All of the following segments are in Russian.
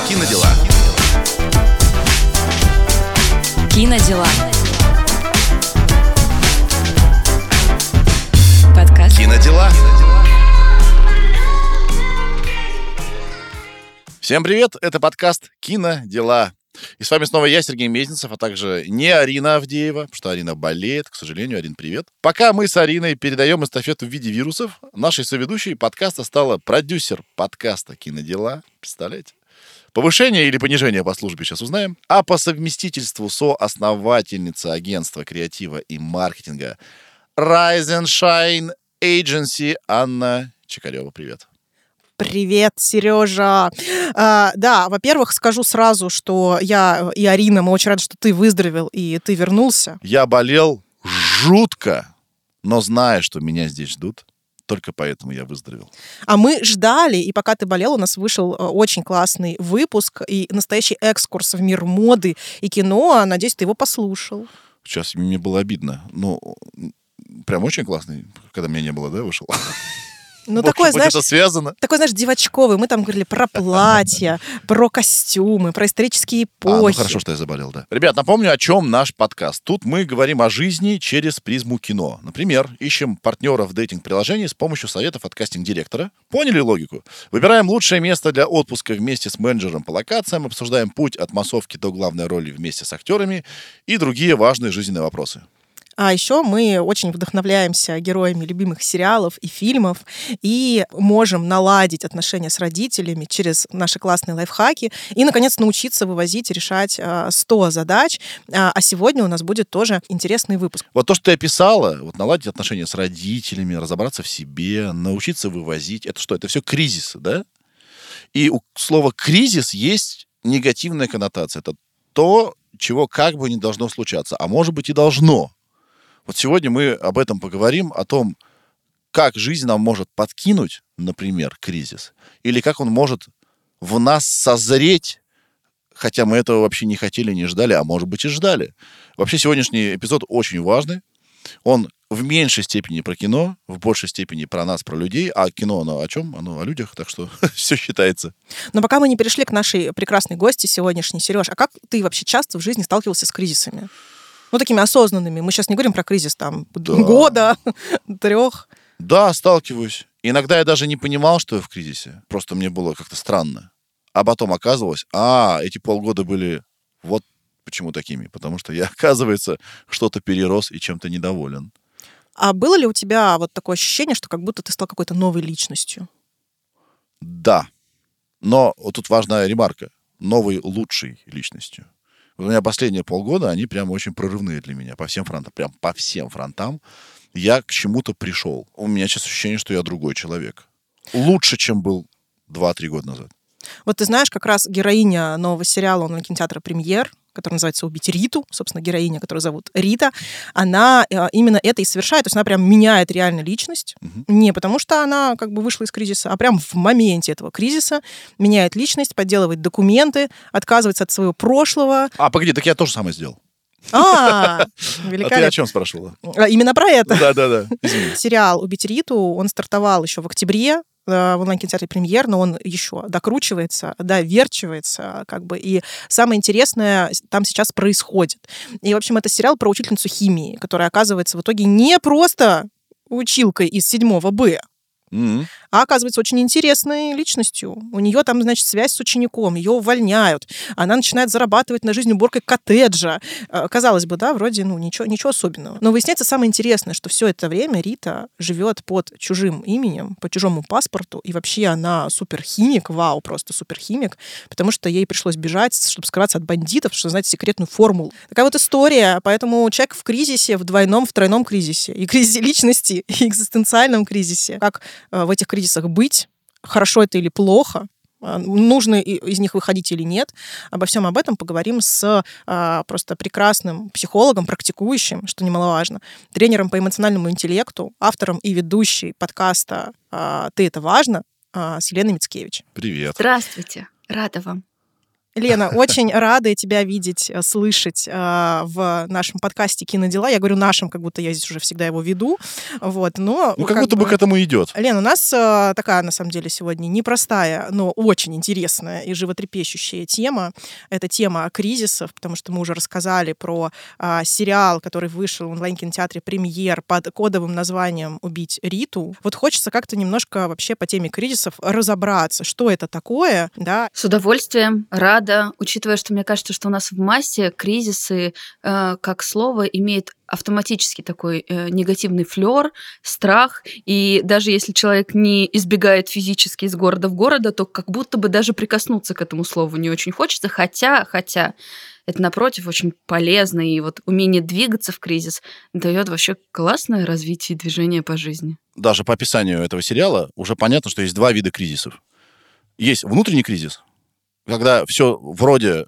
Кинодела. Кинодела. Подкаст. Кинодела. Всем привет, это подкаст «Кинодела». И с вами снова я, Сергей Мезенцев, а также не Арина Авдеева, потому что Арина болеет, к сожалению. Арин, привет. Пока мы с Ариной передаем эстафету в виде вирусов, нашей соведущей подкаста стала продюсер подкаста «Кинодела». Представляете? Повышение или понижение по службе сейчас узнаем. А по совместительству соосновательница агентства креатива и маркетинга Rise and Shine Agency Анна Чекарева. Привет. Привет, Сережа. Да, во-первых, скажу сразу, что я и Арина, мы очень рады, что ты выздоровел и ты вернулся. Я болел жутко, но зная, что меня здесь ждут, только поэтому я выздоровел. А мы ждали, и пока ты болел, у нас вышел очень классный выпуск и настоящий экскурс в мир моды и кино. Надеюсь, ты его послушал. Сейчас мне было обидно. Ну, прям очень классный, когда меня не было, да, вышел? Ну, такое, знаешь, это связано. такой, знаешь, девочковый. Мы там говорили про платья, про костюмы, про исторические эпохи. Ну хорошо, что я заболел, да. Ребят, напомню, о чем наш подкаст. Тут мы говорим о жизни через призму кино. Например, ищем партнеров в дейтинг-приложении с помощью советов от кастинг-директора. Поняли логику? Выбираем лучшее место для отпуска вместе с менеджером по локациям, обсуждаем путь от массовки до главной роли вместе с актерами и другие важные жизненные вопросы. А еще мы очень вдохновляемся героями любимых сериалов и фильмов и можем наладить отношения с родителями через наши классные лайфхаки и, наконец, научиться вывозить и решать 100 задач. А сегодня у нас будет тоже интересный выпуск. Вот то, что ты описала, вот наладить отношения с родителями, разобраться в себе, научиться вывозить, это что? Это все кризисы, да? И у слова «кризис» есть негативная коннотация. Это то, чего как бы не должно случаться, а может быть и должно. Вот сегодня мы об этом поговорим, о том, как жизнь нам может подкинуть, например, кризис, или как он может в нас созреть, хотя мы этого вообще не хотели, не ждали, а может быть и ждали. Вообще сегодняшний эпизод очень важный. Он в меньшей степени про кино, в большей степени про нас, про людей. А кино, оно о чем? Оно о людях, так что все считается. Но пока мы не перешли к нашей прекрасной гости сегодняшней, Сереж, а как ты вообще часто в жизни сталкивался с кризисами? Ну, такими осознанными. Мы сейчас не говорим про кризис там года, 3. Да, сталкиваюсь. Иногда я даже не понимал, что я в кризисе. Просто мне было как-то странно. А потом оказывалось, эти полгода были вот почему такими. Потому что я, оказывается, что-то перерос и чем-то недоволен. А было ли у тебя вот такое ощущение, что как будто ты стал какой-то новой личностью? Да. Но вот тут важная ремарка. Новой лучшей личностью. Вот у меня последние полгода, они прям очень прорывные для меня. По всем фронтам. Прям по всем фронтам я к чему-то пришел. У меня сейчас ощущение, что я другой человек. Лучше, чем был 2-3 года назад. Вот ты знаешь, как раз героиня нового сериала онлайн-кинотеатра «Премьер», который называется «Убить Риту», собственно, героиня, которую зовут Рита, она именно это и совершает. То есть она прям меняет реально личность. Не потому что она как бы вышла из кризиса, а прям в моменте этого кризиса меняет личность, подделывает документы, отказывается от своего прошлого. Погоди, так я тоже самое сделал. Великолепно. А ты о чем спрашивала? Именно про это. Да, извини. Сериал «Убить Риту», он стартовал еще в октябре в онлайн-кинотеатре «Премьер», но он еще докручивается, доверчивается, как бы, и самое интересное там сейчас происходит. И, в общем, это сериал про учительницу химии, которая оказывается в итоге не просто училкой из 7 Б, а оказывается очень интересной личностью. У нее там, значит, связь с учеником, ее увольняют, она начинает зарабатывать на жизнь уборкой коттеджа. Казалось бы, да, вроде, ничего особенного. Но выясняется самое интересное, что все это время Рита живет под чужим именем, по чужому паспорту, и вообще она суперхимик, просто суперхимик, потому что ей пришлось бежать, чтобы скрываться от бандитов, чтобы знать секретную формулу. Такая вот история, поэтому человек в кризисе, в двойном, в тройном кризисе. И кризисе личности, и экзистенциальном кризисе. Как в этих кризисах быть, хорошо это или плохо, нужно из них выходить или нет. Обо всем об этом поговорим с просто прекрасным психологом, практикующим, что немаловажно, тренером по эмоциональному интеллекту, автором и ведущей подкаста «Ты — это важно» с Еленой Мицкевич. Привет. Здравствуйте. Рада вам. Лена, очень рада тебя видеть, слышать в нашем подкасте «Кинодела». Я говорю нашим, как будто я здесь уже всегда его веду. Вот, но как будто бы к этому идет. Лена, у нас такая, на самом деле, сегодня непростая, но очень интересная и животрепещущая тема. Это тема кризисов, потому что мы уже рассказали про сериал, который вышел в онлайн-кинотеатре «Премьер» под кодовым названием «Убить Риту». Вот хочется как-то немножко вообще по теме кризисов разобраться, что это такое, да? С удовольствием, рада. Учитывая, что мне кажется, что у нас в массе кризисы как слово имеет автоматически такой негативный флёр, страх, и даже если человек не избегает физически из города в города, то как будто бы даже прикоснуться к этому слову не очень хочется, хотя это, напротив, очень полезно, и вот умение двигаться в кризис дает вообще классное развитие и движение по жизни. Даже по описанию этого сериала уже понятно, что есть два вида кризисов. Есть внутренний кризис, когда все вроде,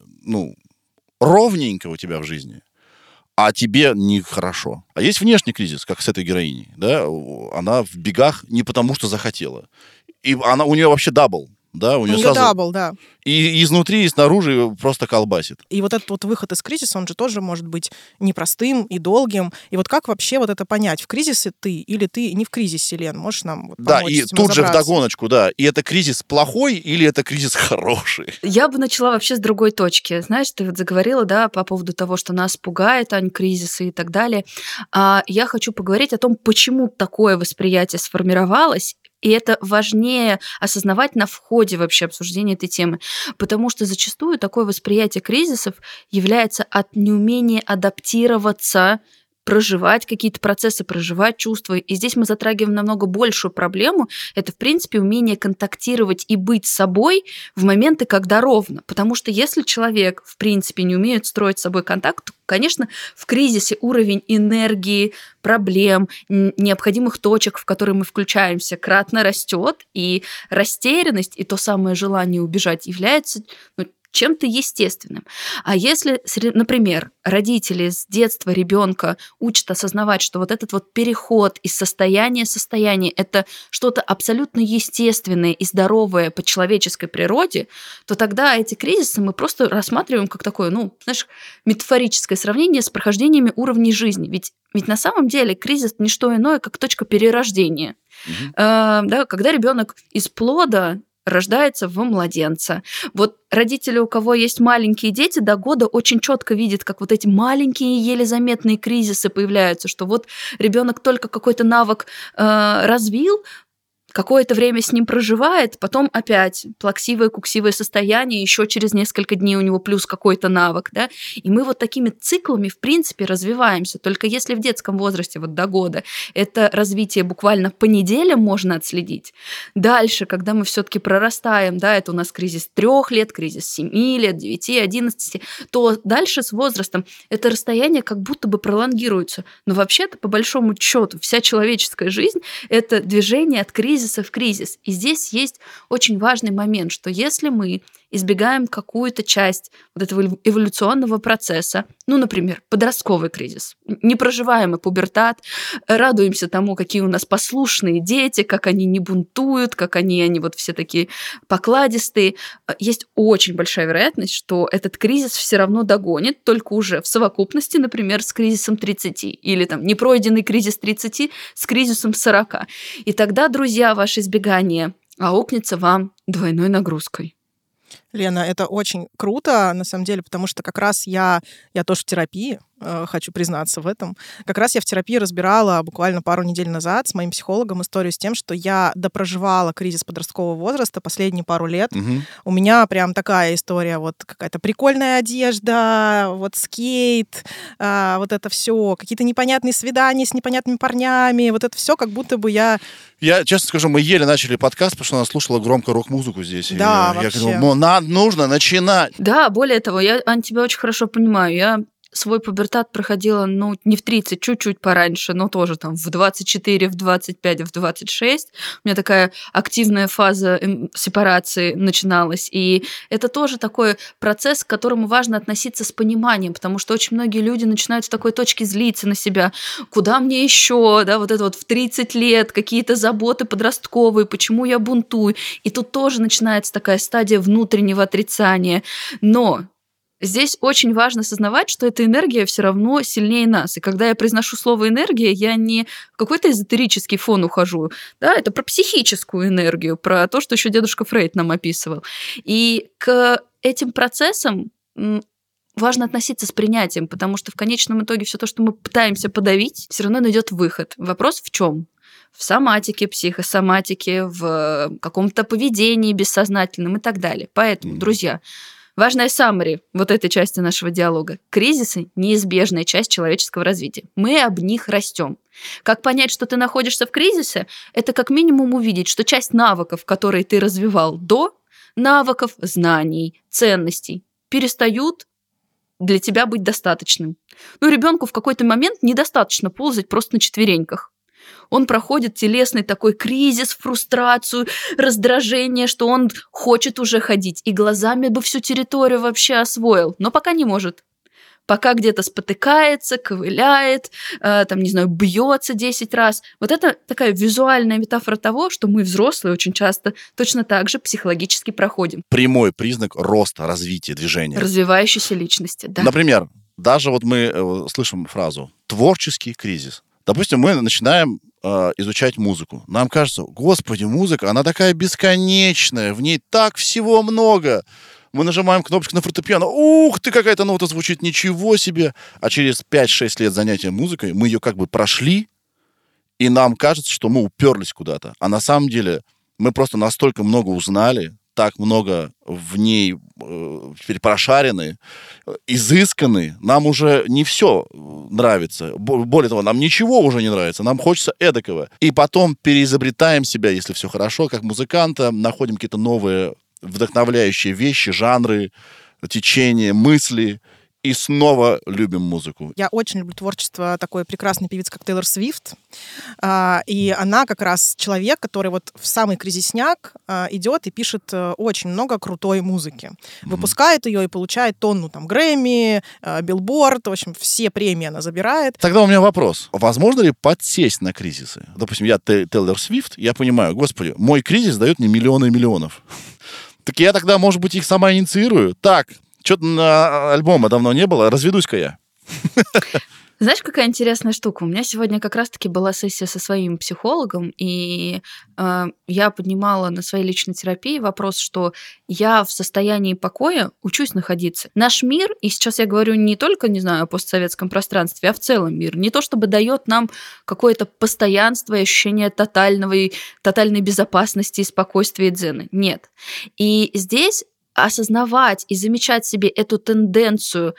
ровненько у тебя в жизни, а тебе нехорошо. А есть внешний кризис, как с этой героиней, да, она в бегах не потому, что захотела. И у нее вообще дабл, да, у нее сразу... дабл, да. И изнутри, и снаружи просто колбасит. И вот этот вот выход из кризиса, он же тоже может быть непростым и долгим. И вот как вообще вот это понять? В кризисе ты или ты не в кризисе, Лен? Можешь нам помочь Да, и с этим тут же разобраться? вдогоночку, да. И это кризис плохой или это кризис хороший? Я бы начала вообще с другой точки. Знаешь, ты вот заговорила, да, по поводу того, что нас пугает, Ань, кризисы и так далее. А я хочу поговорить о том, почему такое восприятие сформировалось. И это важнее осознавать на входе вообще обсуждения этой темы. Потому что зачастую такое восприятие кризисов является от неумения адаптироваться, проживать какие-то процессы, проживать чувства. И здесь мы затрагиваем намного большую проблему. Это, в принципе, умение контактировать и быть собой в моменты, когда ровно. Потому что если человек, в принципе, не умеет строить с собой контакт, то, конечно, в кризисе уровень энергии, проблем, необходимых точек, в которые мы включаемся, кратно растет, и растерянность, и то самое желание убежать является чем-то естественным. А если, например, родители с детства ребенка учат осознавать, что вот этот вот переход из состояния в состояние – это что-то абсолютно естественное и здоровое по человеческой природе, то тогда эти кризисы мы просто рассматриваем как такое, метафорическое сравнение с прохождениями уровней жизни. Ведь на самом деле кризис – не что иное, как точка перерождения. Да, когда ребенок из плода рождается в младенца. Вот родители, у кого есть маленькие дети, до года очень четко видят, как вот эти маленькие еле заметные кризисы появляются, что вот ребенок только какой-то навык развил, какое-то время с ним проживает, потом опять плаксивое, куксивое состояние, еще через несколько дней у него плюс какой-то навык, да, и мы вот такими циклами, в принципе, развиваемся, только если в детском возрасте, вот до года, это развитие буквально по неделям можно отследить. Дальше, когда мы все-таки прорастаем, да, это у нас кризис 3 лет, кризис 7 лет, 9, 11, то дальше с возрастом это расстояние как будто бы пролонгируется, но вообще-то, по большому счету, вся человеческая жизнь – это движение от кризиса в кризис. И здесь есть очень важный момент, что если мы избегаем какую-то часть вот этого эволюционного процесса, например, подростковый кризис, непроживаемый пубертат, радуемся тому, какие у нас послушные дети, как они не бунтуют, как они вот все такие покладистые, есть очень большая вероятность, что этот кризис все равно догонит, только уже в совокупности, например, с кризисом 30 или там непройденный кризис 30 с кризисом 40. И тогда, друзья, ваше избегание аукнется вам двойной нагрузкой. Лена, это очень круто, на самом деле, потому что как раз я тоже в терапии, хочу признаться в этом. Как раз я в терапии разбирала буквально пару недель назад с моим психологом историю с тем, что я допроживала кризис подросткового возраста последние пару лет. Угу. У меня прям такая история, вот какая-то прикольная одежда, вот скейт, вот это все, какие-то непонятные свидания с непонятными парнями, вот это все как будто бы я... Я, честно скажу, мы еле начали подкаст, потому что она слушала громко рок-музыку здесь. Да, я вообще. говорю, нужно начинать. Да, более того, я, Ань, тебя очень хорошо понимаю. Я свой пубертат проходила, не в 30, чуть-чуть пораньше, но тоже там в 24, в 25, в 26. У меня такая активная фаза сепарации начиналась. И это тоже такой процесс, к которому важно относиться с пониманием, потому что очень многие люди начинают в такой точке злиться на себя. Куда мне еще, да, вот это вот в 30 лет, какие-то заботы подростковые, почему я бунтую. И тут тоже начинается такая стадия внутреннего отрицания. Но здесь очень важно осознавать, что эта энергия все равно сильнее нас. И когда я произношу слово «энергия», я не в какой-то эзотерический фон ухожу. Да, это про психическую энергию, про то, что еще дедушка Фрейд нам описывал. И к этим процессам важно относиться с принятием, потому что в конечном итоге все то, что мы пытаемся подавить, все равно найдет выход. Вопрос в чем? В соматике, психосоматике, в каком-то поведении бессознательном и так далее. Поэтому, друзья, важная саммари вот этой части нашего диалога. Кризисы – неизбежная часть человеческого развития. Мы об них растем. Как понять, что ты находишься в кризисе? Это как минимум увидеть, что часть навыков, которые ты развивал до, навыков, знаний, ценностей, перестают для тебя быть достаточным. Ребенку в какой-то момент недостаточно ползать просто на четвереньках. Он проходит телесный такой кризис, фрустрацию, раздражение, что он хочет уже ходить. И глазами бы всю территорию вообще освоил, но пока не может. Пока где-то спотыкается, ковыляет, бьется 10 раз. Вот это такая визуальная метафора того, что мы, взрослые, очень часто точно так же психологически проходим. Прямой признак роста, развития, движения. Развивающейся личности, да. Например, даже вот мы слышим фразу «творческий кризис». Допустим, мы начинаем изучать музыку. Нам кажется, господи, музыка, она такая бесконечная, в ней так всего много. Мы нажимаем кнопочку на фортепиано, ух ты, какая-то нота звучит, ничего себе. А через 5-6 лет занятия музыкой мы ее как бы прошли, и нам кажется, что мы уперлись куда-то. А на самом деле мы просто настолько много узнали, так много в ней теперь прошарены, изысканы, нам уже не все нравится. Более того, нам ничего уже не нравится, нам хочется эдакого. И потом переизобретаем себя, если все хорошо, как музыканта, находим какие-то новые вдохновляющие вещи, жанры, течения, мысли, и снова любим музыку. Я очень люблю творчество такой прекрасной певицы, как Тейлор Свифт. И она как раз человек, который вот в самый кризисняк идет и пишет очень много крутой музыки. Выпускает ее и получает тонну Грэмми, Билборд, в общем, все премии она забирает. Тогда у меня вопрос. Возможно ли подсесть на кризисы? Допустим, я Тейлор Свифт, я понимаю, господи, мой кризис дает мне миллионы и миллионов. Так я тогда, может быть, их сама инициирую? Так, что-то на альбома давно не было, разведусь-ка я. Знаешь, какая интересная штука? У меня сегодня как раз-таки была сессия со своим психологом, и я поднимала на своей личной терапии вопрос, что я в состоянии покоя учусь находиться. Наш мир, и сейчас я говорю не только, о постсоветском пространстве, а в целом мир, не то чтобы дает нам какое-то постоянство и ощущение тотальной безопасности, спокойствия и дзена. Нет. И здесь осознавать и замечать себе эту тенденцию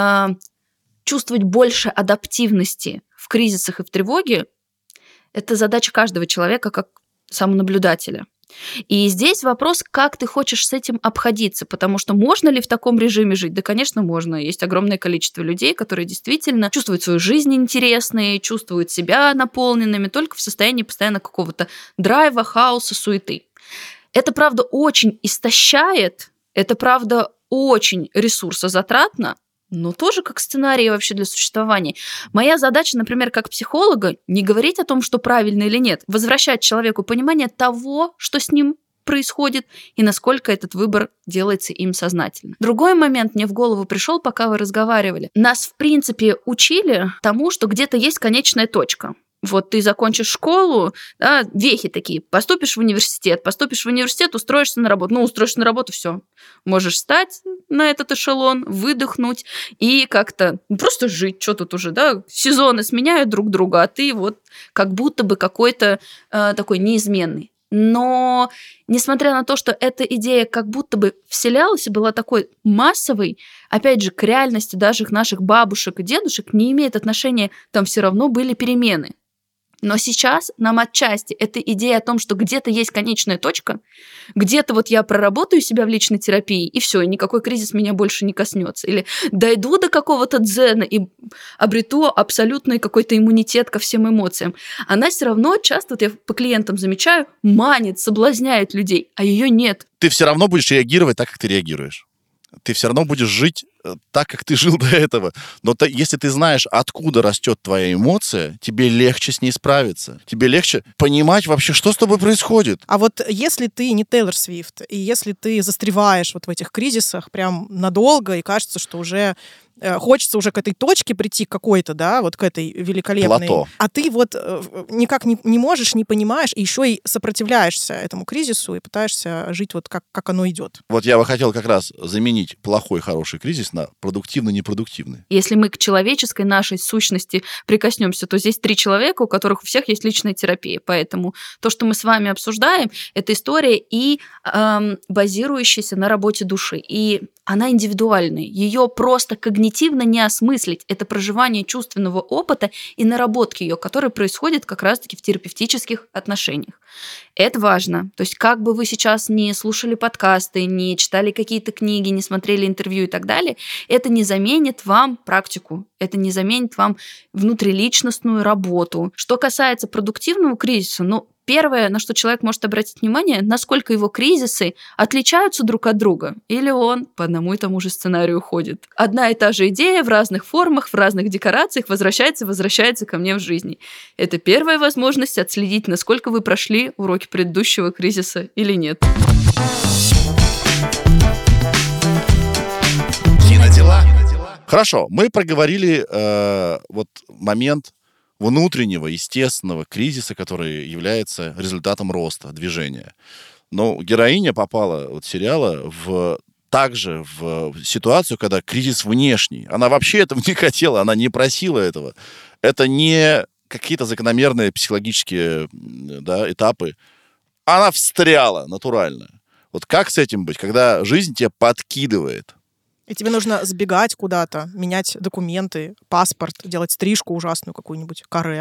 чувствовать больше адаптивности в кризисах и в тревоге – это задача каждого человека как самонаблюдателя. И здесь вопрос, как ты хочешь с этим обходиться, потому что можно ли в таком режиме жить? Да, конечно, можно. Есть огромное количество людей, которые действительно чувствуют свою жизнь интересной, чувствуют себя наполненными только в состоянии постоянно какого-то драйва, хаоса, суеты. Это, правда, очень истощает, это, правда, очень ресурсозатратно, но тоже как сценарий вообще для существования. Моя задача, например, как психолога, не говорить о том, что правильно или нет, возвращать человеку понимание того, что с ним происходит и насколько этот выбор делается им сознательно. Другой момент мне в голову пришел, пока вы разговаривали. Нас, в принципе, учили тому, что где-то есть конечная точка. Вот ты закончишь школу, да, вехи такие, поступишь в университет, устроишься на работу. Устроишься на работу, все. Можешь встать на этот эшелон, выдохнуть и как-то просто жить. Что тут уже, да? Сезоны сменяют друг друга, а ты вот как будто бы какой-то такой неизменный. Но несмотря на то, что эта идея как будто бы вселялась и была такой массовой, опять же, к реальности даже наших бабушек и дедушек не имеет отношения, там все равно были перемены. Но сейчас нам отчасти эта идея о том, что где-то есть конечная точка, где-то вот я проработаю себя в личной терапии, и все, и никакой кризис меня больше не коснется. Или дойду до какого-то дзена и обрету абсолютный какой-то иммунитет ко всем эмоциям. Она все равно часто, вот я по клиентам замечаю, манит, соблазняет людей, а ее нет. Ты все равно будешь реагировать так, как ты реагируешь. Ты все равно будешь жить так, как ты жил до этого. Но если ты знаешь, откуда растет твоя эмоция, тебе легче с ней справиться. Тебе легче понимать вообще, что с тобой происходит. А вот если ты не Тейлор Свифт, и если ты застреваешь вот в этих кризисах прям надолго, и кажется, что уже хочется уже к этой точке прийти какой-то, да, вот к этой великолепной. Плато. А ты вот никак не можешь, не понимаешь, и еще и сопротивляешься этому кризису и пытаешься жить вот как оно идет. Вот я бы хотел как раз заменить плохой, хороший кризис на продуктивный, непродуктивный. Если мы к человеческой нашей сущности прикоснемся, то здесь 3 человека, у которых у всех есть личная терапия. Поэтому то, что мы с вами обсуждаем, это история и базирующаяся на работе души. И она индивидуальная. Ее просто когнитивно не осмыслить. Это проживание чувственного опыта и наработки ее, которые происходят как раз-таки в терапевтических отношениях. Это важно. То есть как бы вы сейчас не слушали подкасты, не читали какие-то книги, не смотрели интервью и так далее, это не заменит вам практику, это не заменит вам внутриличностную работу. Что касается продуктивного кризиса, первое, на что человек может обратить внимание, насколько его кризисы отличаются друг от друга, или он по одному и тому же сценарию ходит. Одна и та же идея в разных формах, в разных декорациях возвращается ко мне в жизни. Это первая возможность отследить, насколько вы прошли уроки предыдущего кризиса или нет. Кинодела. Хорошо, мы проговорили вот момент внутреннего, естественного кризиса, который является результатом роста, движения. Но героиня попала от сериала также в ситуацию, когда кризис внешний. Она вообще этого не хотела, она не просила этого. Это не какие-то закономерные психологические этапы. Она встряла натурально. Вот как с этим быть, когда жизнь тебя подкидывает? И тебе нужно сбегать куда-то, менять документы, паспорт, делать стрижку ужасную какую-нибудь, каре.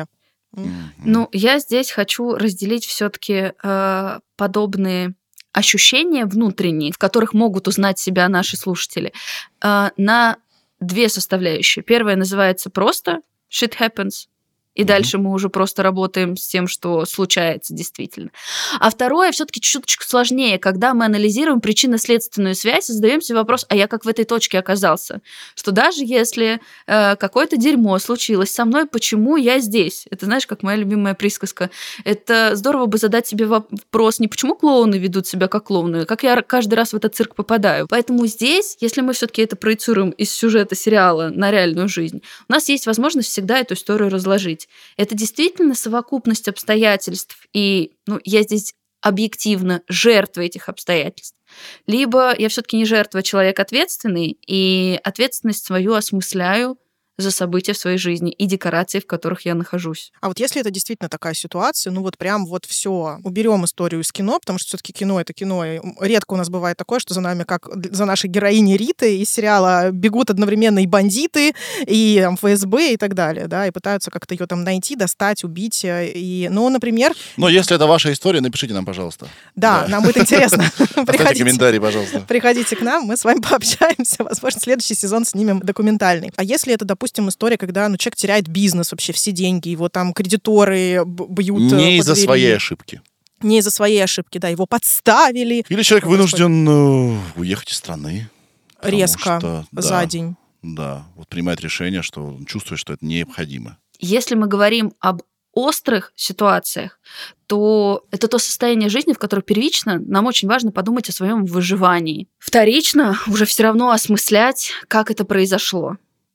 Я здесь хочу разделить все-таки подобные ощущения внутренние, в которых могут узнать себя наши слушатели, на 2 составляющие. Первая называется просто «shit happens», и дальше мы уже просто работаем с тем, что случается действительно. А второе все-таки чуточку сложнее, когда мы анализируем причинно-следственную связь и задаем себе вопрос, а я как в этой точке оказался? Что даже если какое-то дерьмо случилось со мной, почему я здесь? Это, знаешь, как моя любимая присказка. Это здорово бы задать себе вопрос, не почему клоуны ведут себя как клоуны, как я каждый раз в этот цирк попадаю. Поэтому здесь, если мы все-таки это проецируем из сюжета сериала на реальную жизнь, у нас есть возможность всегда эту историю разложить. Это действительно совокупность обстоятельств, и я здесь объективно жертва этих обстоятельств. Либо я все-таки не жертва, а человек ответственный, и ответственность свою осмысляю за события в своей жизни и декорации, в которых я нахожусь. А вот если это действительно такая ситуация, прям все, уберем историю из кино, потому что все-таки кино — это кино, и редко у нас бывает такое, что за нами, как за нашей героиней Риты из сериала, бегут одновременно и бандиты, и ФСБ и так далее, да, и пытаются как-то ее там найти, достать, убить. Например... Но если это ваша история, напишите нам, пожалуйста. Да, нам будет интересно. Оставьте комментарий, пожалуйста. Приходите к нам, мы с вами пообщаемся, возможно, следующий сезон снимем документальный. А если это, допустим, история, когда человек теряет бизнес, вообще все деньги, его там кредиторы бьют не из-за своей ошибки. Не из-за своей ошибки, да, его подставили. Или человек вынужден уехать из страны. Резко, за день. Да, вот принимает решение, что он чувствует, что это необходимо. Если мы говорим об острых ситуациях, то это то состояние жизни, в котором первично нам очень важно подумать о своем выживании. Вторично уже все равно осмыслять, как это произошло.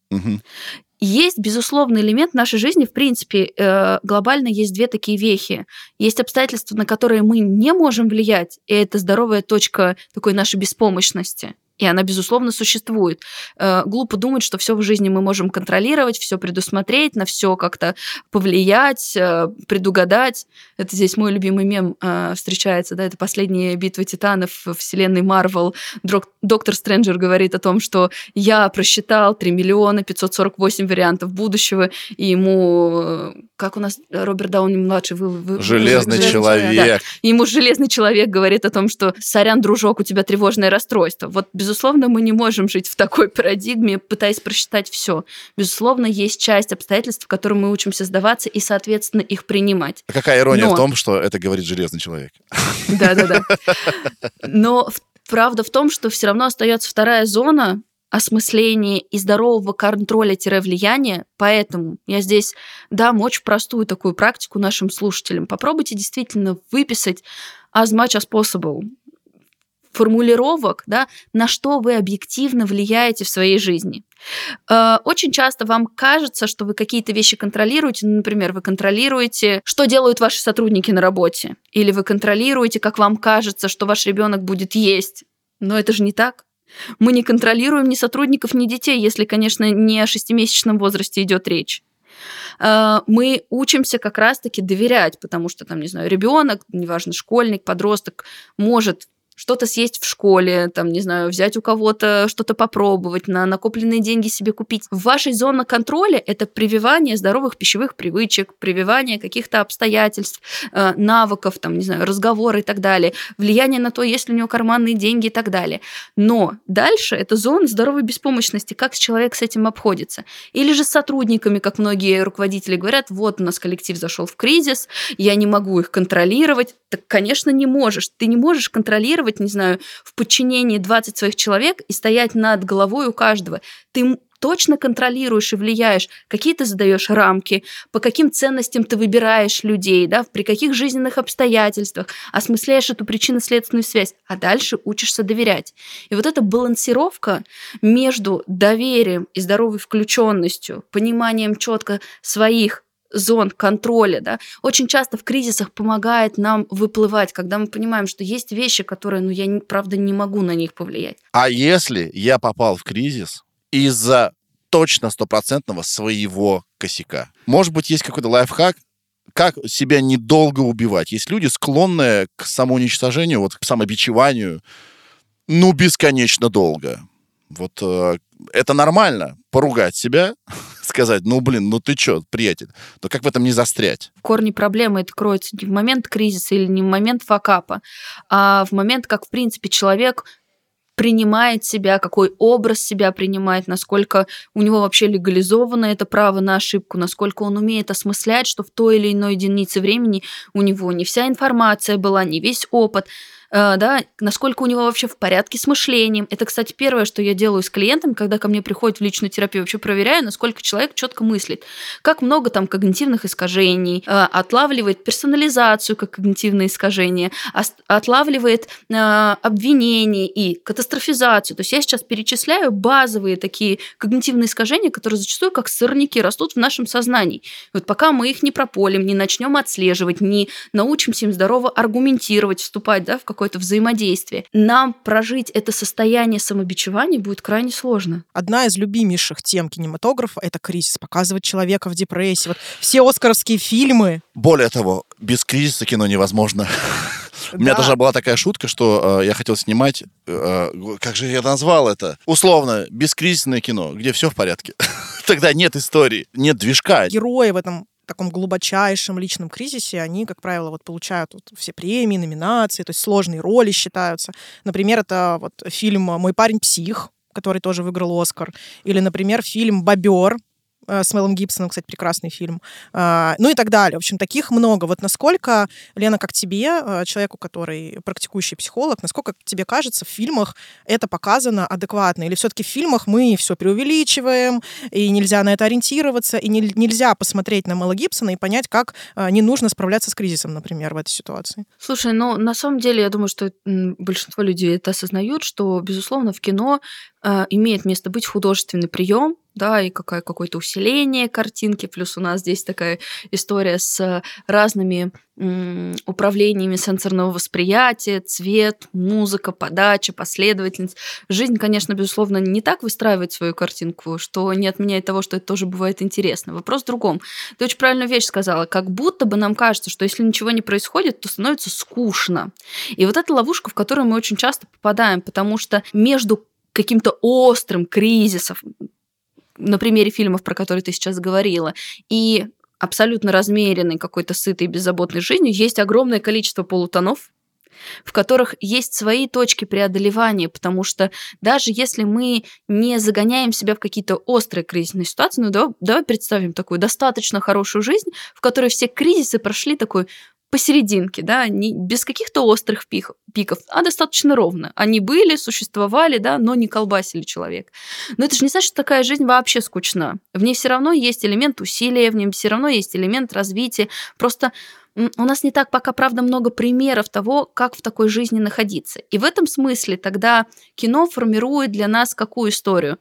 Есть, безусловно, элемент нашей жизни, в принципе, глобально есть 2 такие вехи. Есть обстоятельства, на которые мы не можем влиять, и это здоровая точка такой нашей беспомощности. И она, безусловно, существует. Глупо думать, что все в жизни мы можем контролировать, все предусмотреть, на все как-то повлиять, предугадать. Это здесь мой любимый мем встречается, да, это последняя битва титанов в вселенной Марвел. Доктор Стрэнджер говорит о том, что я просчитал 3 548 вариантов будущего, и ему, как у нас Роберт Дауни-младший... Железный человек. Да, ему железный человек говорит о том, что сорян, дружок, у тебя тревожное расстройство. Вот, безусловно, мы не можем жить в такой парадигме, пытаясь просчитать все. Безусловно, есть часть обстоятельств, в которые мы учимся сдаваться и, соответственно, их принимать. А какая ирония в том, что это говорит железный человек. Да-да-да. Но правда в том, что все равно остается вторая зона осмысления и здорового контроля-влияния. Поэтому я здесь дам очень простую такую практику нашим слушателям. Попробуйте действительно выписать as much as possible формулировок, да, на что вы объективно влияете в своей жизни. Очень часто вам кажется, что вы какие-то вещи контролируете. Например, вы контролируете, что делают ваши сотрудники на работе. Или вы контролируете, как вам кажется, что ваш ребенок будет есть. Но это же не так. Мы не контролируем ни сотрудников, ни детей, если, конечно, не о 6-месячном возрасте идет речь. Мы учимся как раз-таки доверять, потому что, там, не знаю, ребенок, неважно, школьник, подросток, может что-то съесть в школе, там, не знаю, взять у кого-то что-то попробовать, на накопленные деньги себе купить. В вашей зоне контроля это прививание здоровых пищевых привычек, прививание каких-то обстоятельств, навыков, там, не знаю, разговоры и так далее, влияние на то, есть ли у него карманные деньги и так далее. Но дальше это зона здоровой беспомощности, как человек с этим обходится. Или же с сотрудниками, как многие руководители говорят, вот у нас коллектив зашел в кризис, я не могу их контролировать. Так, конечно, не можешь. Ты не можешь контролировать, не знаю, в подчинении 20 своих человек и стоять над головой у каждого. Ты точно контролируешь и влияешь, какие ты задаешь рамки, по каким ценностям ты выбираешь людей, да, при каких жизненных обстоятельствах, осмысляешь эту причинно-следственную связь, а дальше учишься доверять. И вот эта балансировка между доверием и здоровой включенностью, пониманием четко своих зон контроля, да, очень часто в кризисах помогает нам выплывать, когда мы понимаем, что есть вещи, которые, я, правда, не могу на них повлиять. А если я попал в кризис из-за точно 100% своего косяка? Может быть, есть какой-то лайфхак, как себя недолго убивать? Есть люди, склонные к самоуничтожению, вот к самобичеванию, бесконечно долго. Вот это нормально, поругать себя, сказать, ты чё, приятель, но как в этом не застрять? В корне проблемы это кроется не в момент кризиса или не в момент факапа, а в момент, как, в принципе, человек принимает себя, какой образ себя принимает, насколько у него вообще легализовано это право на ошибку, насколько он умеет осмыслять, что в той или иной единице времени у него не вся информация была, не весь опыт, да, насколько у него вообще в порядке с мышлением. Это, кстати, первое, что я делаю с клиентом, когда ко мне приходит в личную терапию, вообще проверяю, насколько человек четко мыслит, как много там когнитивных искажений, отлавливает персонализацию как когнитивное искажение, отлавливает обвинение и катастрофизацию. То есть я сейчас перечисляю базовые такие когнитивные искажения, которые зачастую как сорняки растут в нашем сознании. Вот пока мы их не прополим, не начнем отслеживать, не научимся им здорово аргументировать, вступать, да, в какое-то взаимодействие, нам прожить это состояние самобичевания будет крайне сложно. Одна из любимейших тем кинематографа — это кризис. Показывать человека в депрессии. Вот все оскаровские фильмы. Более того, без кризиса кино невозможно. У меня даже была такая шутка, что я хотел снимать, как же я назвал это? Условно, бескризисное кино, где все в порядке. Тогда нет истории, нет движка. Герои в этом таком глубочайшем личном кризисе, они, как правило, получают все премии, номинации, то есть сложные роли считаются. Например, это фильм «Мой парень псих», который тоже выиграл «Оскар», или, например, фильм «Бобер», с Мелом Гибсоном, кстати, прекрасный фильм. И так далее. В общем, таких много. Вот насколько, Лена, как тебе, человеку, который практикующий психолог, насколько тебе кажется, в фильмах это показано адекватно? Или все-таки в фильмах мы все преувеличиваем, и нельзя на это ориентироваться, и нельзя посмотреть на Мела Гибсона и понять, как не нужно справляться с кризисом, например, в этой ситуации? Слушай, на самом деле, я думаю, что большинство людей это осознают, что, безусловно, в кино имеет место быть художественный прием, да, и какое-то усиление картинки, плюс у нас здесь такая история с разными управлениями сенсорного восприятия, цвет, музыка, подача, последовательность. Жизнь, конечно, безусловно, не так выстраивает свою картинку, что не отменяет того, что это тоже бывает интересно. Вопрос в другом. Ты очень правильную вещь сказала. Как будто бы нам кажется, что если ничего не происходит, то становится скучно. И вот эта ловушка, в которую мы очень часто попадаем, потому что между каким-то острым кризисом, на примере фильмов, про которые ты сейчас говорила, и абсолютно размеренной, какой-то сытой, беззаботной жизнью, есть огромное количество полутонов, в которых есть свои точки преодолевания, потому что даже если мы не загоняем себя в какие-то острые кризисные ситуации, давай представим такую достаточно хорошую жизнь, в которой все кризисы прошли такой посерединке, да, не, без каких-то острых пиков, а достаточно ровно. Они были, существовали, да, но не колбасили человека. Но это же не значит, что такая жизнь вообще скучна. В ней все равно есть элемент усилия, в ней все равно есть элемент развития. Просто у нас не так пока, правда, много примеров того, как в такой жизни находиться. И в этом смысле тогда кино формирует для нас какую историю?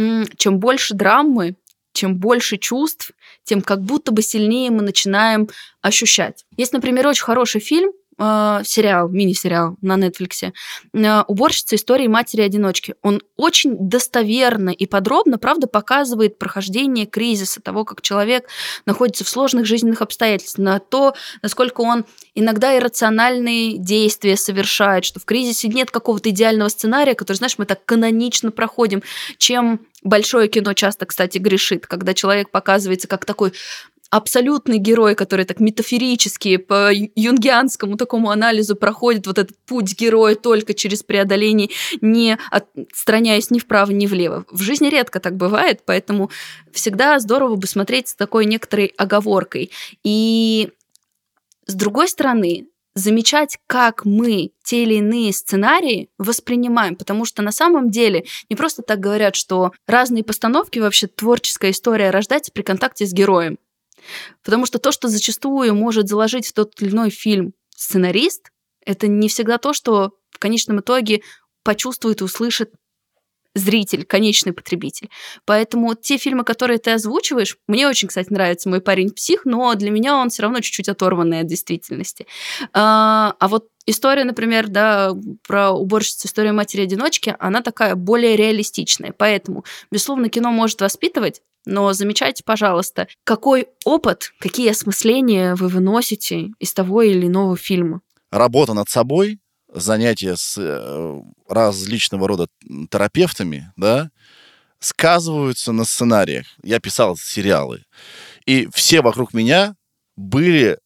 Чем больше драмы, чем больше чувств, тем как будто бы сильнее мы начинаем ощущать. Есть, например, очень хороший фильм, сериал, мини-сериал на Netflix «Уборщица. Истории матери-одиночки». Он очень достоверно и подробно, правда, показывает прохождение кризиса, того, как человек находится в сложных жизненных обстоятельствах, на то, насколько он иногда иррациональные действия совершает, что в кризисе нет какого-то идеального сценария, который, знаешь, мы так канонично проходим, чем большое кино часто, кстати, грешит, когда человек показывается как такой абсолютный герой, который так метафорически по юнгианскому такому анализу проходит вот этот путь героя только через преодоление, не отстраняясь ни вправо, ни влево. В жизни редко так бывает, поэтому всегда здорово бы смотреть с такой некоторой оговоркой. И с другой стороны, замечать, как мы те или иные сценарии воспринимаем, потому что на самом деле не просто так говорят, что разные постановки, вообще творческая история рождается при контакте с героем. Потому что то, что зачастую может заложить в тот или иной фильм сценарист, это не всегда то, что в конечном итоге почувствует и услышит зритель, конечный потребитель. Поэтому те фильмы, которые ты озвучиваешь, мне очень, кстати, нравится «Мой парень псих», но для меня он все равно чуть-чуть оторванный от действительности. А вот история, например, да, про уборщицу, история матери-одиночки, она такая более реалистичная. Поэтому, безусловно, кино может воспитывать, но замечайте, пожалуйста, какой опыт, какие осмысления вы выносите из того или иного фильма. Работа над собой, занятия с различного рода терапевтами, да, сказываются на сценариях. Я писал сериалы. И все вокруг меня были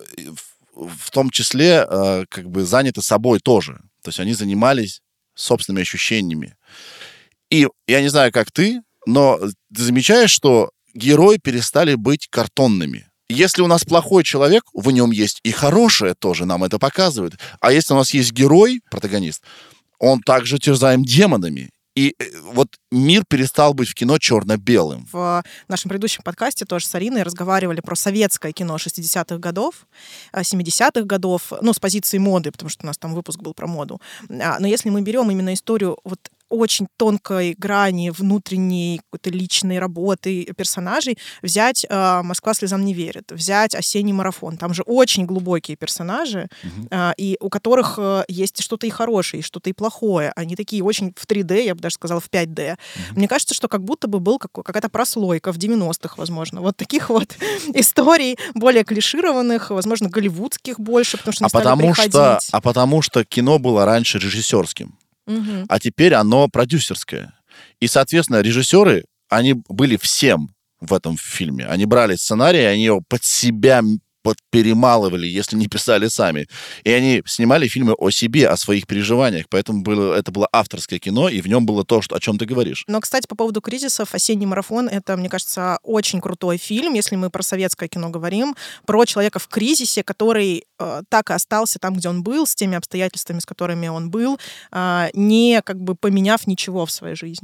в том числе как бы заняты собой тоже. То есть они занимались собственными ощущениями. И я не знаю, как ты, но ты замечаешь, что герои перестали быть картонными. Если у нас плохой человек, в нем есть и хорошее тоже, нам это показывают. А если у нас есть герой, протагонист, он также терзаем демонами. И вот мир перестал быть в кино черно-белым. В нашем предыдущем подкасте тоже с Ариной разговаривали про советское кино 60-х годов, 70-х годов, ну, с позиции моды, потому что у нас там выпуск был про моду. Но если мы берем именно историю вот очень тонкой грани внутренней какой-то личной работы персонажей, взять «Москва слезам не верит», взять «Осенний марафон». Там же очень глубокие персонажи, и у которых есть что-то и хорошее, и что-то и плохое. Они такие очень в 3D, я бы даже сказала, в 5D. Мне кажется, что как будто бы был какая-то прослойка в 90-х, возможно. Вот таких вот историй, более клишированных, возможно, голливудских больше, потому что они стали приходить. Потому что кино было раньше режиссерским. А теперь оно продюсерское. И, соответственно, режиссеры, они были всем в этом фильме. Они брали сценарий, они его под себя перемалывали, если не писали сами. И они снимали фильмы о себе, о своих переживаниях. Поэтому это было авторское кино, и в нем было то, о чем ты говоришь. Но, кстати, по поводу кризисов, «Осенний марафон» — это, мне кажется, очень крутой фильм, если мы про советское кино говорим, про человека в кризисе, который так и остался там, где он был, с теми обстоятельствами, с которыми он был, не как бы поменяв ничего в своей жизни.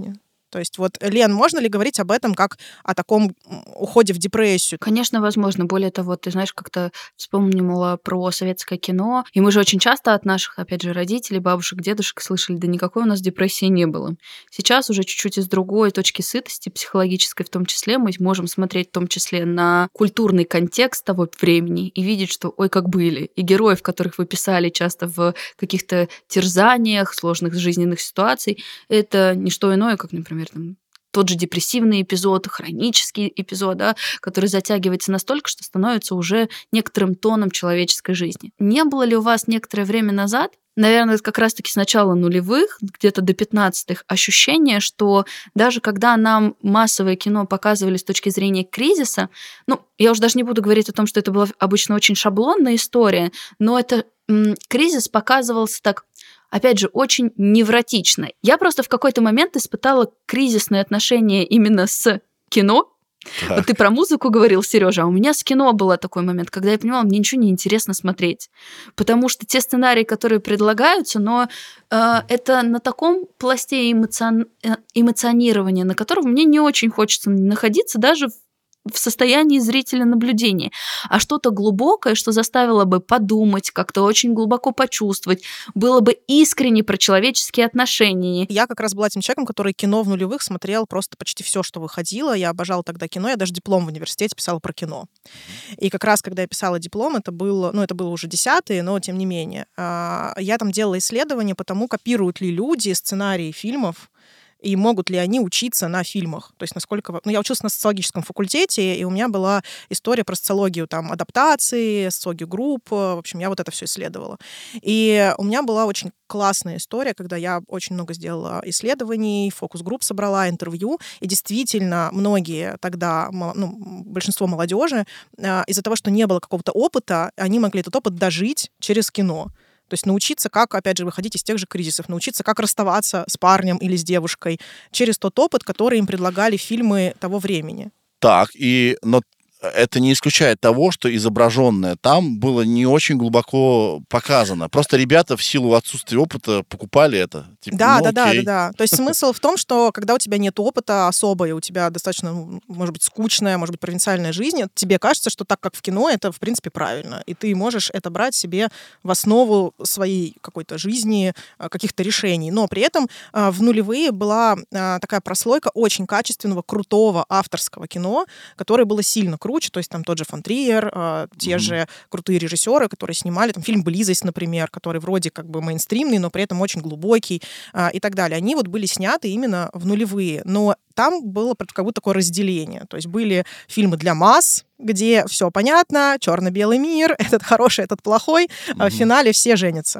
То есть вот, Лен, можно ли говорить об этом как о таком уходе в депрессию? Конечно, возможно. Более того, ты знаешь, как-то вспомнила про советское кино, и мы же очень часто от наших, опять же, родителей, бабушек, дедушек слышали, да никакой у нас депрессии не было. Сейчас уже чуть-чуть из другой точки сытости, психологической в том числе, мы можем смотреть в том числе на культурный контекст того времени и видеть, что ой, как были. И героев, которых вы писали часто в каких-то терзаниях, сложных жизненных ситуаций, это не что иное, как, например, там, тот же депрессивный эпизод, хронический эпизод, да, который затягивается настолько, что становится уже некоторым тоном человеческой жизни. Не было ли у вас некоторое время назад, наверное, это как раз-таки с начала нулевых, где-то до 15-х, ощущение, что даже когда нам массовое кино показывали с точки зрения кризиса, я уже даже не буду говорить о том, что это была обычно очень шаблонная история, но это кризис показывался так, опять же, очень невротично. Я просто в какой-то момент испытала кризисное отношение именно с кино. Вот ты про музыку говорил, Сережа, а у меня с кино был такой момент, когда я понимала, мне ничего не интересно смотреть. Потому что те сценарии, которые предлагаются, но это на таком пласте эмоционирования, на котором мне не очень хочется находиться даже в состоянии зрителя наблюдения, а что-то глубокое, что заставило бы подумать, как-то очень глубоко почувствовать, было бы искренне про человеческие отношения. Я как раз была тем человеком, который кино в нулевых смотрел просто почти все, что выходило. Я обожала тогда кино, я даже диплом в университете писала про кино. И как раз, когда я писала диплом, это было уже 10-е, но тем не менее, я там делала исследования по тому, копируют ли люди сценарии фильмов, и могут ли они учиться на фильмах. То есть насколько... я училась на социологическом факультете, и у меня была история про социологию там, адаптации, социологию групп. В общем, я вот это все исследовала. И у меня была очень классная история, когда я очень много сделала исследований, фокус-групп собрала, интервью, и действительно многие тогда, большинство молодежи, из-за того, что не было какого-то опыта, они могли этот опыт дожить через кино. То есть научиться, как, опять же, выходить из тех же кризисов, научиться, как расставаться с парнем или с девушкой через тот опыт, который им предлагали фильмы того времени. Так, но это не исключает того, что изображенное там было не очень глубоко показано. Просто ребята в силу отсутствия опыта покупали это. Да. То есть смысл в том, что когда у тебя нет опыта особо, и у тебя достаточно, может быть, скучная, может быть, провинциальная жизнь, тебе кажется, что так, как в кино, это, в принципе, правильно. И ты можешь это брать себе в основу своей какой-то жизни, каких-то решений. Но при этом в нулевые была такая прослойка очень качественного, крутого авторского кино, которое было сильно круче, то есть там тот же фон Триер, те же крутые режиссеры, которые снимали, там фильм «Близость», например, который вроде как бы мейнстримный, но при этом очень глубокий и так далее. Они вот были сняты именно в нулевые, но там было как будто такое разделение. То есть были фильмы для масс, где все понятно, черно-белый мир, этот хороший, этот плохой, в финале все женятся.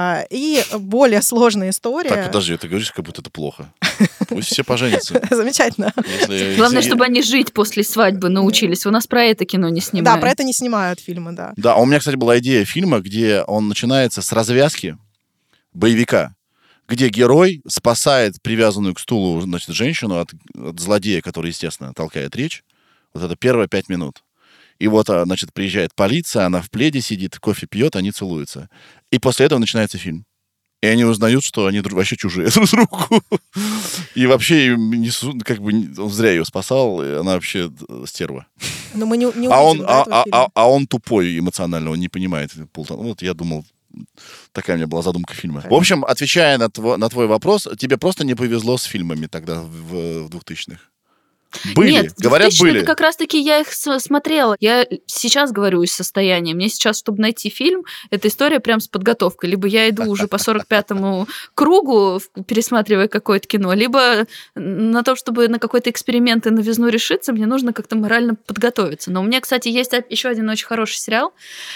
И более сложная история... Так, подожди, ты говоришь, как будто это плохо. Пусть все поженятся. Замечательно. Главное, чтобы они жить после свадьбы научились. У нас про это кино не снимают. Да, про это не снимают фильмы, да. Да, у меня, кстати, была идея фильма, где он начинается с развязки боевика, где герой спасает привязанную к стулу, значит, женщину от злодея, который, естественно, толкает речь. Вот это первые 5 минут. И вот, значит, приезжает полиция, она в пледе сидит, кофе пьет, они целуются. И после этого начинается фильм. И они узнают, что они вообще чужие друг другу. И вообще, как бы, он зря ее спасал, и она вообще стерва. Но мы не увидим этого фильма. Он тупой эмоционально, он не понимает. Вот я думал, такая у меня была задумка фильма. В общем, отвечая на твой вопрос, тебе просто не повезло с фильмами тогда в 2000-х. Были, Нет, говорят, были. Как раз-таки я их смотрела. Я сейчас говорю из состояния. Мне сейчас, чтобы найти фильм, эта история прям с подготовкой. Либо я иду уже по 45-му кругу, пересматривая какое-то кино, либо на то, чтобы на какой-то эксперимент и новизну решиться, мне нужно как-то морально подготовиться. Но у меня, кстати, есть еще один очень хороший сериал.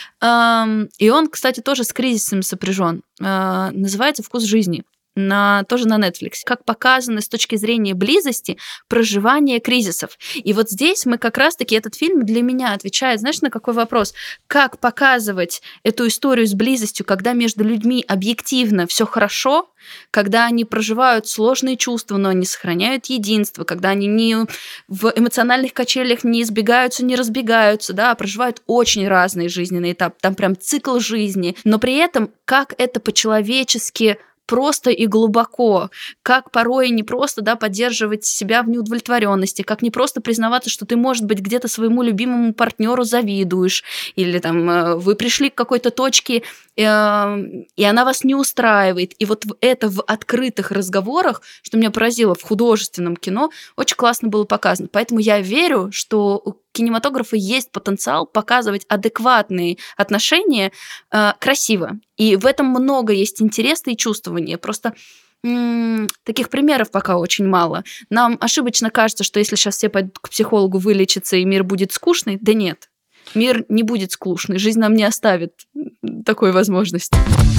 И он, кстати, тоже с кризисом сопряжен. Называется «Вкус жизни». Тоже на Netflix, как показано с точки зрения близости, проживания кризисов. И вот здесь мы как раз-таки, этот фильм для меня отвечает, знаешь, на какой вопрос? Как показывать эту историю с близостью, когда между людьми объективно все хорошо, когда они проживают сложные чувства, но они сохраняют единство, когда они не в эмоциональных качелях не избегаются, не разбегаются, да, а проживают очень разные жизненные этапы, там прям цикл жизни, но при этом как это по-человечески просто и глубоко, как порой не просто, да, поддерживать себя в неудовлетворенности, как не просто признаваться, что ты, может быть, где-то своему любимому партнеру завидуешь, или там вы пришли к какой-то точке, и она вас не устраивает. И вот это в открытых разговорах, что меня поразило в художественном кино, очень классно было показано. Поэтому я верю, что у кинематографа есть потенциал показывать адекватные отношения красиво. И в этом много есть интереса и чувствования. Просто таких примеров пока очень мало. Нам ошибочно кажется, что если сейчас все пойдут к психологу вылечиться, и мир будет скучный. Да нет. Мир не будет скучный. Жизнь нам не оставит такой возможности.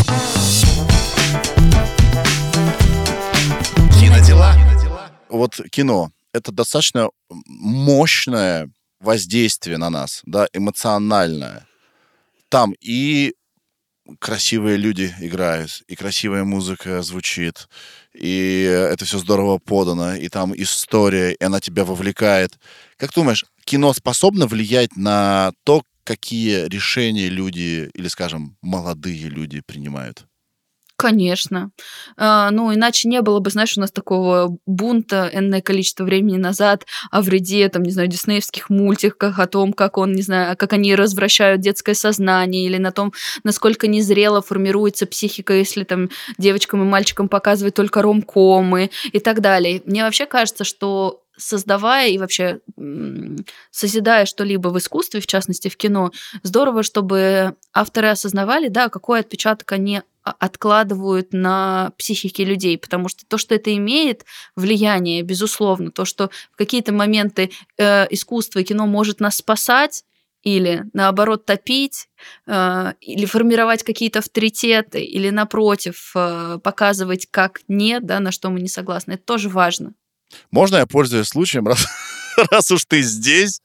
Кинодела. Вот кино — это достаточно мощное воздействие на нас, да, эмоциональное. Там и красивые люди играют, и красивая музыка звучит, и это все здорово подано, и там история, и она тебя вовлекает. Как ты думаешь, кино способно влиять на то, какие решения люди, или, скажем, молодые люди принимают? Конечно. Ну, иначе не было бы, знаешь, у нас такого бунта энное количество времени назад о вреде, там, не знаю, диснеевских мультиках, о том, как он, не знаю, как они развращают детское сознание, или на том, насколько незрело формируется психика, если там девочкам и мальчикам показывают только ромкомы и так далее. Мне вообще кажется, что создавая и вообще созидая что-либо в искусстве, в частности в кино, здорово, чтобы авторы осознавали, да, какой отпечаток они откладывают на психике людей, потому что то, что это имеет влияние, безусловно, то, что в какие-то моменты искусство и кино может нас спасать, или, наоборот, топить, или формировать какие-то авторитеты, или, напротив, показывать, как нет, да, на что мы не согласны, это тоже важно. Можно я, пользуясь случаем, раз уж ты здесь,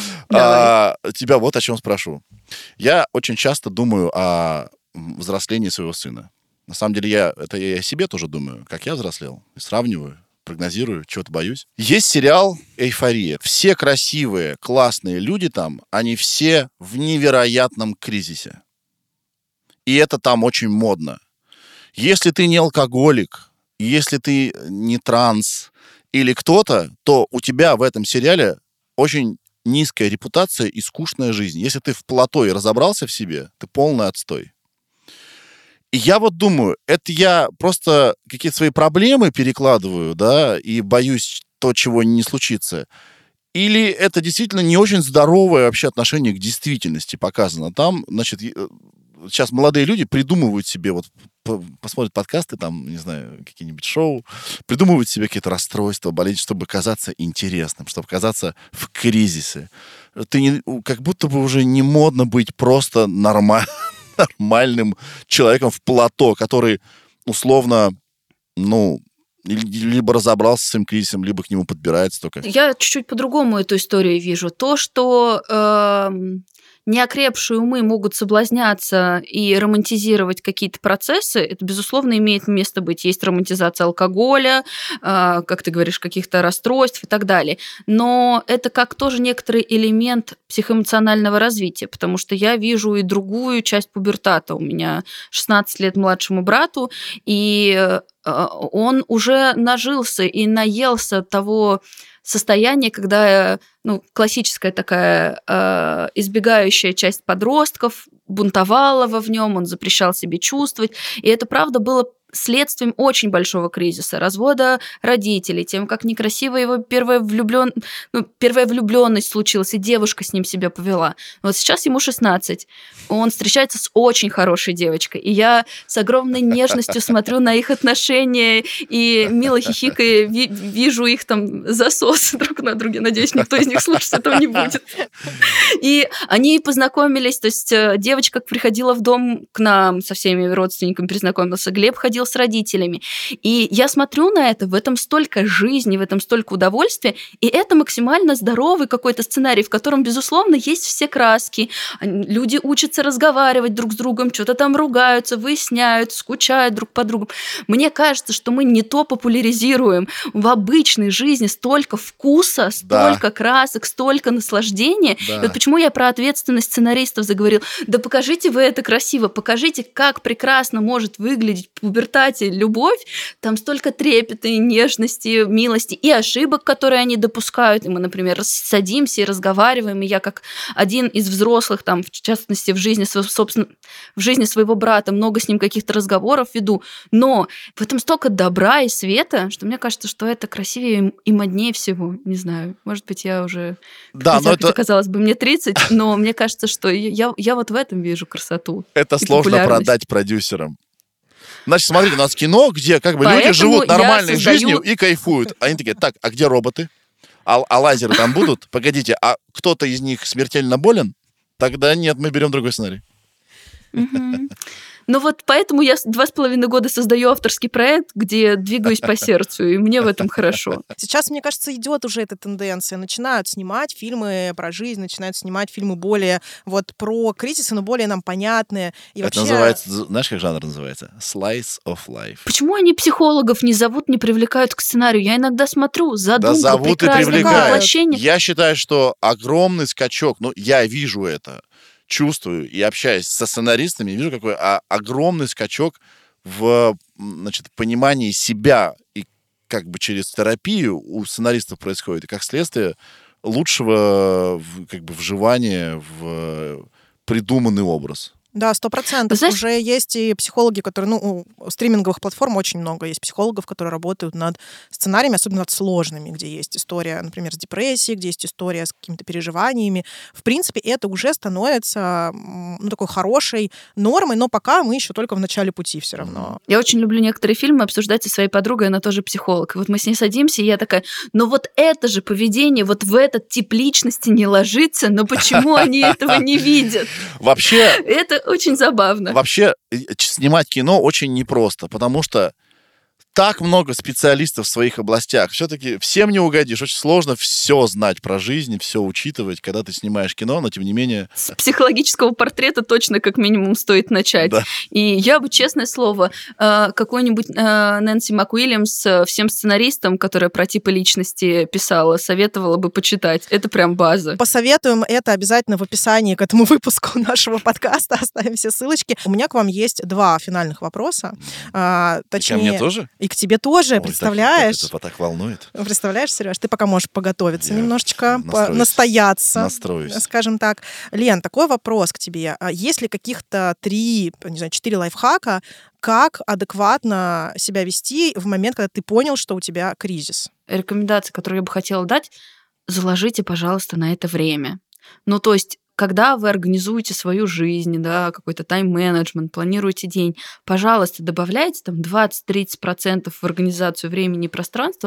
тебя вот о чем спрошу. Я очень часто думаю о взрослении своего сына. На самом деле, я о себе тоже думаю, как я взрослел. Сравниваю, прогнозирую, чего-то боюсь. Есть сериал «Эйфория». Все красивые, классные люди там, они все в невероятном кризисе. И это там очень модно. Если ты не алкоголик, если ты не транс или кто-то, то у тебя в этом сериале очень низкая репутация и скучная жизнь. Если ты в плато и разобрался в себе, ты полный отстой. И я вот думаю, это я просто какие-то свои проблемы перекладываю, да, и боюсь то, чего не случится. Или это действительно не очень здоровое вообще отношение к действительности показано. Там, значит, сейчас молодые люди придумывают себе, вот посмотрят подкасты, там, не знаю, какие-нибудь шоу, придумывают себе какие-то расстройства, болезни, чтобы казаться интересным, чтобы казаться в кризисе. Как будто бы уже не модно быть просто нормальным человеком в плато, который условно, либо разобрался с своим кризисом, либо к нему подбирается только. Я чуть-чуть по-другому эту историю вижу. То, что неокрепшие умы могут соблазняться и романтизировать какие-то процессы, это, безусловно, имеет место быть. Есть романтизация алкоголя, как ты говоришь, каких-то расстройств и так далее. Но это как тоже некоторый элемент психоэмоционального развития, потому что я вижу и другую часть пубертата. У меня 16 лет младшему брату, и он уже нажился и наелся того состояние, когда, классическая такая избегающая часть подростков бунтовала в нем, он запрещал себе чувствовать, и это, правда, было следствием очень большого кризиса, развода родителей, тем, как некрасиво его первая влюбленность случилась, и девушка с ним себя повела. Вот сейчас ему 16, он встречается с очень хорошей девочкой, и я с огромной нежностью смотрю на их отношения, и мило хихикая вижу их там засосы друг на друге. Надеюсь, никто из них слушать этого не будет. И они познакомились, то есть девочка приходила в дом к нам, со всеми родственниками перезнакомился, Глеб ходил с родителями. И я смотрю на это, в этом столько жизни, в этом столько удовольствия, и это максимально здоровый какой-то сценарий, в котором, безусловно, есть все краски. Люди учатся разговаривать друг с другом, что-то там ругаются, выясняют, скучают друг по другу. Мне кажется, что мы не то популяризируем. В обычной жизни столько вкуса, столько красок, столько наслаждения. Да. И вот почему я про ответственность сценаристов заговорил? Да покажите вы это красиво, покажите, как прекрасно может выглядеть в пубертате любовь. Там столько трепета и нежности, милости и ошибок, которые они допускают. И мы, например, садимся и разговариваем, и я как один из взрослых, там, в частности, в жизни своего брата, много с ним каких-то разговоров веду. Но в этом столько добра и света, что мне кажется, что это красивее и моднее всего. Не знаю, может быть, я уже... Да, но это... Казалось бы, мне 30, но мне кажется, что я вот в этом вижу красоту. Это сложно продать продюсерам. Значит, смотрите, у нас кино, где как бы люди живут нормальной жизнью и кайфуют. Они такие, так, а где роботы? А лазеры там будут? Погодите, а кто-то из них смертельно болен? Тогда нет, мы берем другой сценарий. Ну вот поэтому я 2,5 года создаю авторский проект, где двигаюсь по сердцу, и мне в этом хорошо. Сейчас, мне кажется, идет уже эта тенденция. Начинают снимать фильмы про жизнь, начинают снимать фильмы более вот про кризисы, но более нам понятные. И это вообще... называется, знаешь, как жанр называется? Slice of life. Почему они психологов не зовут, не привлекают к сценарию? Я иногда смотрю, задумка, да зовут и привлекают. Воплощение. Я считаю, что огромный скачок, ну, я вижу это, чувствую и общаюсь со сценаристами, вижу, какой огромный скачок в, значит, понимании себя и как бы через терапию у сценаристов происходит, и как следствие лучшего как бы вживания в придуманный образ. Да, 100%. Уже есть и психологи, которые, ну, у стриминговых платформ очень много есть психологов, которые работают над сценариями, особенно над сложными, где есть история, например, с депрессией, где есть история с какими-то переживаниями. В принципе, это уже становится, ну, такой хорошей нормой, но пока мы еще только в начале пути все равно. Я очень люблю некоторые фильмы обсуждать со своей подругой, она тоже психолог. И вот мы с ней садимся, и я такая, ну вот это же поведение вот в этот тип личности не ложится, но почему они этого не видят? Вообще... Это очень забавно. Вообще, снимать кино очень непросто, потому что так много специалистов в своих областях. Все-таки всем не угодишь. Очень сложно все знать про жизнь, все учитывать, когда ты снимаешь кино, но тем не менее... С психологического портрета точно как минимум стоит начать. Да. И я бы, честное слово, какой-нибудь Нэнси МакУильямс всем сценаристам, которая про типы личности писала, советовала бы почитать. Это прям база. Посоветуем это обязательно в описании к этому выпуску нашего подкаста. Оставим все ссылочки. У меня к вам есть 2 финальных вопроса. Точнее... И ко мне тоже? И к тебе тоже, представляешь? Это так волнует. Представляешь, Сереж, ты пока можешь поготовиться немножечко, настояться. Настроюсь. Скажем так. Лен, такой вопрос к тебе. Есть ли каких-то 3, не знаю, 4 лайфхака, как адекватно себя вести в момент, когда ты понял, что у тебя кризис? Рекомендация, которую я бы хотела дать, заложите, пожалуйста, на это время. Ну, то есть когда вы организуете свою жизнь, да, какой-то тайм-менеджмент, планируете день, пожалуйста, добавляйте там 20-30% в организацию времени и пространства,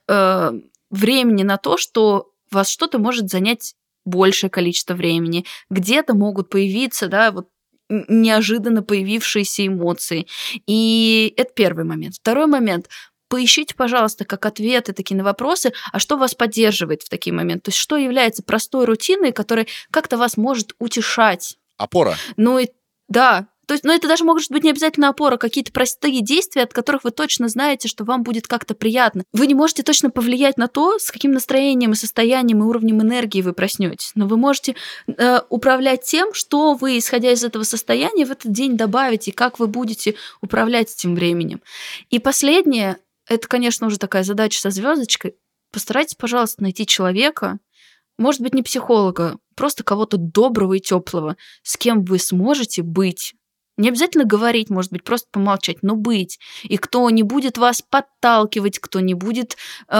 времени на то, что вас что-то может занять большее количество времени. Где-то могут появиться, да, вот неожиданно появившиеся эмоции. И это первый момент. Второй момент. Поищите, пожалуйста, как ответы такие на вопросы, а что вас поддерживает в такие моменты? То есть что является простой рутиной, которая как-то вас может утешать? Опора. Ну и да. То есть, но это даже может быть не обязательно опора, какие-то простые действия, от которых вы точно знаете, что вам будет как-то приятно. Вы не можете точно повлиять на то, с каким настроением и состоянием и уровнем энергии вы проснетесь, но вы можете управлять тем, что вы, исходя из этого состояния, в этот день добавите, и как вы будете управлять этим временем. И последнее, это, конечно, уже такая задача со звездочкой. Постарайтесь, пожалуйста, найти человека, может быть, не психолога, просто кого-то доброго и теплого, с кем вы сможете быть. Не обязательно говорить, может быть, просто помолчать, но быть. И кто не будет вас подталкивать, кто не будет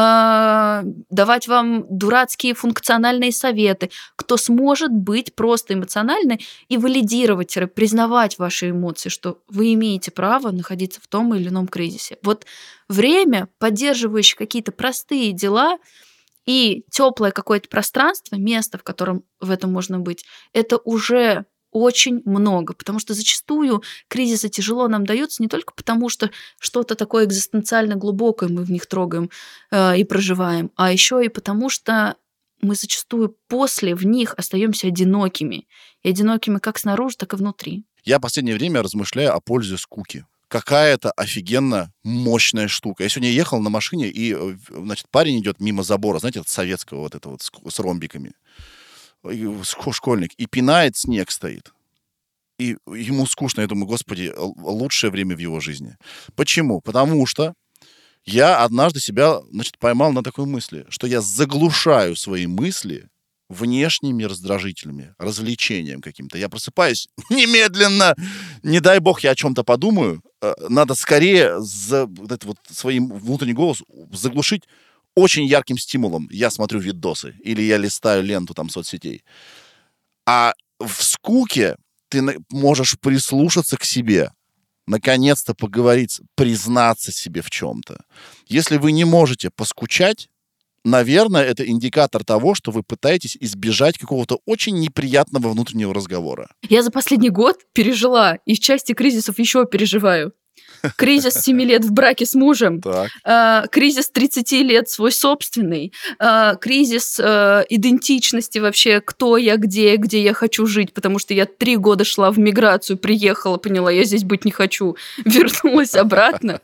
давать вам дурацкие функциональные советы, кто сможет быть просто эмоционально и валидировать, признавать ваши эмоции, что вы имеете право находиться в том или ином кризисе. Вот время, поддерживающее какие-то простые дела, и теплое какое-то пространство, место, в котором в этом можно быть, это уже очень много, потому что зачастую кризисы тяжело нам даются не только потому, что что-то такое экзистенциально глубокое мы в них трогаем и проживаем, а еще и потому, что мы зачастую после в них остаемся одинокими. И одинокими как снаружи, так и внутри. Я в последнее время размышляю о пользе скуки. Какая-то офигенно мощная штука. Я сегодня ехал на машине, и, значит, парень идет мимо забора, знаете, от советского вот этого вот с ромбиками. школьник, и пинает, снег стоит. И ему скучно. Я думаю, господи, лучшее время в его жизни. Почему? Потому что я однажды себя, поймал на такой мысли, что я заглушаю свои мысли внешними раздражителями, развлечением каким-то. Я просыпаюсь немедленно, не дай бог я о чем-то подумаю, надо скорее своим внутренний голос заглушить очень ярким стимулом. Я смотрю видосы или я листаю ленту соцсетей. А в скуке ты можешь прислушаться к себе, наконец-то поговорить, признаться себе в чем-то. Если вы не можете поскучать, наверное, это индикатор того, что вы пытаетесь избежать какого-то очень неприятного внутреннего разговора. Я за последний год пережила, и в части кризисов еще переживаю. Кризис 7 лет в браке с мужем, кризис 30 лет свой собственный, кризис идентичности вообще, кто я, где я хочу жить, потому что я 3 года шла в миграцию, приехала, поняла, я здесь быть не хочу, вернулась обратно.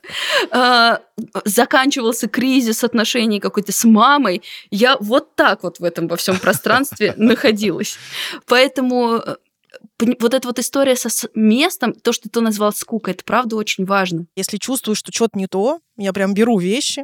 Заканчивался кризис отношений какой-то с мамой. Я вот так вот в этом во всем пространстве находилась. Поэтому... Вот эта вот история со местом, то, что ты назвал скукой, это правда очень важно. Если чувствую, что что-то не то, я прям беру вещи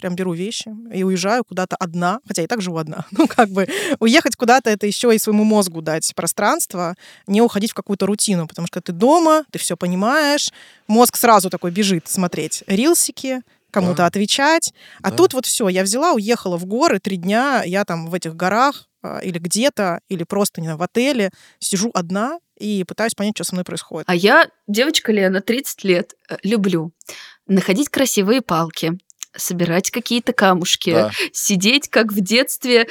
и уезжаю куда-то одна, хотя и так живу одна. Уехать куда-то — это еще и своему мозгу дать пространство, не уходить в какую-то рутину, потому что ты дома, ты все понимаешь, мозг сразу такой бежит смотреть рилсики, кому-то отвечать. А тут вот все, я взяла, уехала в горы, 3 дня, я там в этих горах или где-то, или просто, не знаю, в отеле, сижу одна и пытаюсь понять, что со мной происходит. А я, девочка Лена, 30 лет, люблю находить красивые палки, собирать какие-то камушки, сидеть, как в детстве,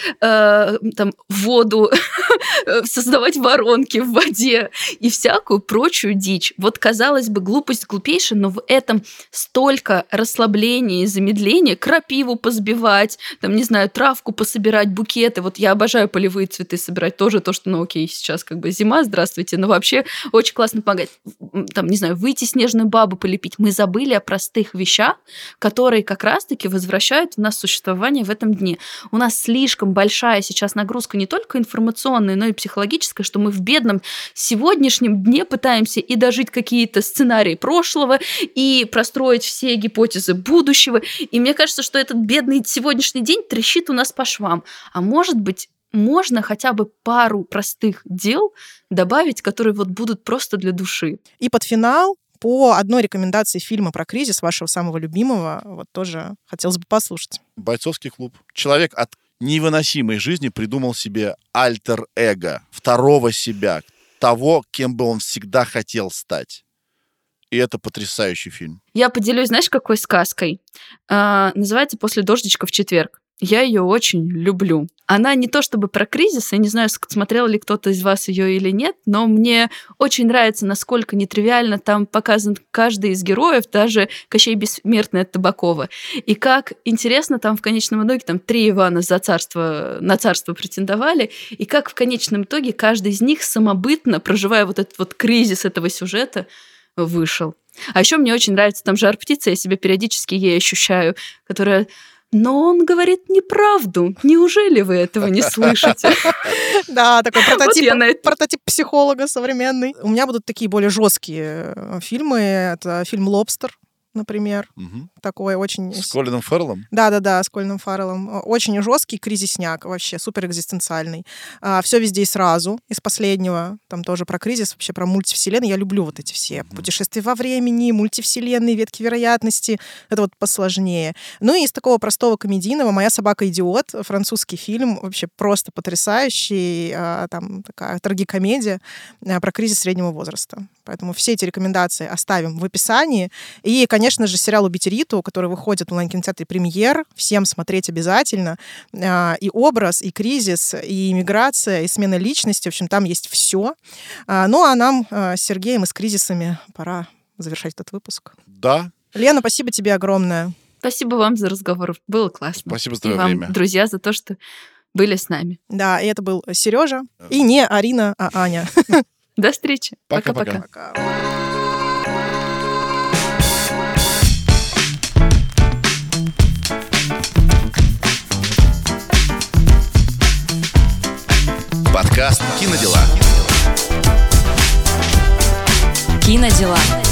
воду, создавать воронки в воде и всякую прочую дичь. Вот, казалось бы, глупость глупейшая, но в этом столько расслабления и замедления. Крапиву позбивать, травку пособирать, букеты. Вот я обожаю полевые цветы собирать. Тоже то, что, окей, сейчас зима, здравствуйте, но вообще очень классно помогать. Выйти снежную бабу полепить. Мы забыли о простых вещах, которые как раз-таки возвращают в нас существование в этом дне. У нас слишком большая сейчас нагрузка не только информационная, но и психологическая, что мы в бедном сегодняшнем дне пытаемся и дожить какие-то сценарии прошлого, и простроить все гипотезы будущего. И мне кажется, что этот бедный сегодняшний день трещит у нас по швам. А может быть, можно хотя бы пару простых дел добавить, которые будут просто для души. И под финал по одной рекомендации фильма про кризис вашего самого любимого тоже хотелось бы послушать. «Бойцовский клуб». Человек от невыносимой жизни придумал себе альтер-эго, второго себя, того, кем бы он всегда хотел стать. И это потрясающий фильм. Я поделюсь, знаешь, какой сказкой? Называется «После дождичка в четверг». Я ее очень люблю. Она не то чтобы про кризис, я не знаю, смотрел ли кто-то из вас ее или нет, но мне очень нравится, насколько нетривиально там показан каждый из героев, даже Кощей Бессмертный от Табакова. И как интересно, там в конечном итоге 3 Ивана на царство претендовали, и как в конечном итоге каждый из них самобытно, проживая вот этот кризис этого сюжета, вышел. А еще мне очень нравится там Жар-птица, я себя периодически ей ощущаю, которая... Но он говорит неправду. Неужели вы этого не слышите? Да, такой прототип психолога современный. У меня будут такие более жесткие фильмы. Это фильм «Лобстер», например. Такой очень... С Колином Фарреллом? Да, с Колином Фарреллом. Очень жесткий кризисняк, вообще суперэкзистенциальный. «Все везде и сразу» из последнего. Там тоже про кризис, вообще про мультивселенные. Я люблю вот эти все путешествия во времени, мультивселенные, ветки вероятности. Это посложнее. Ну и из такого простого комедийного «Моя собака идиот», французский фильм, вообще просто потрясающий. Там такая трагикомедия про кризис среднего возраста. Поэтому все эти рекомендации оставим в описании. И, конечно же, сериал «Убить Риту», который выходит в онлайн-кинотеатре «Премьер». Всем смотреть обязательно. И образ, и кризис, и иммиграция, и смена личности. В общем, там есть все. Ну, а нам с Сергеем и с кризисами пора завершать этот выпуск. Да. Лена, спасибо тебе огромное. Спасибо вам за разговор. Было классно. Спасибо за твое время. И вам, друзья, за то, что были с нами. Да, и это был Сережа. И не Арина, а Аня. До встречи. Пока-пока. Подкаст Подкаст «Кинодела». Кинодела.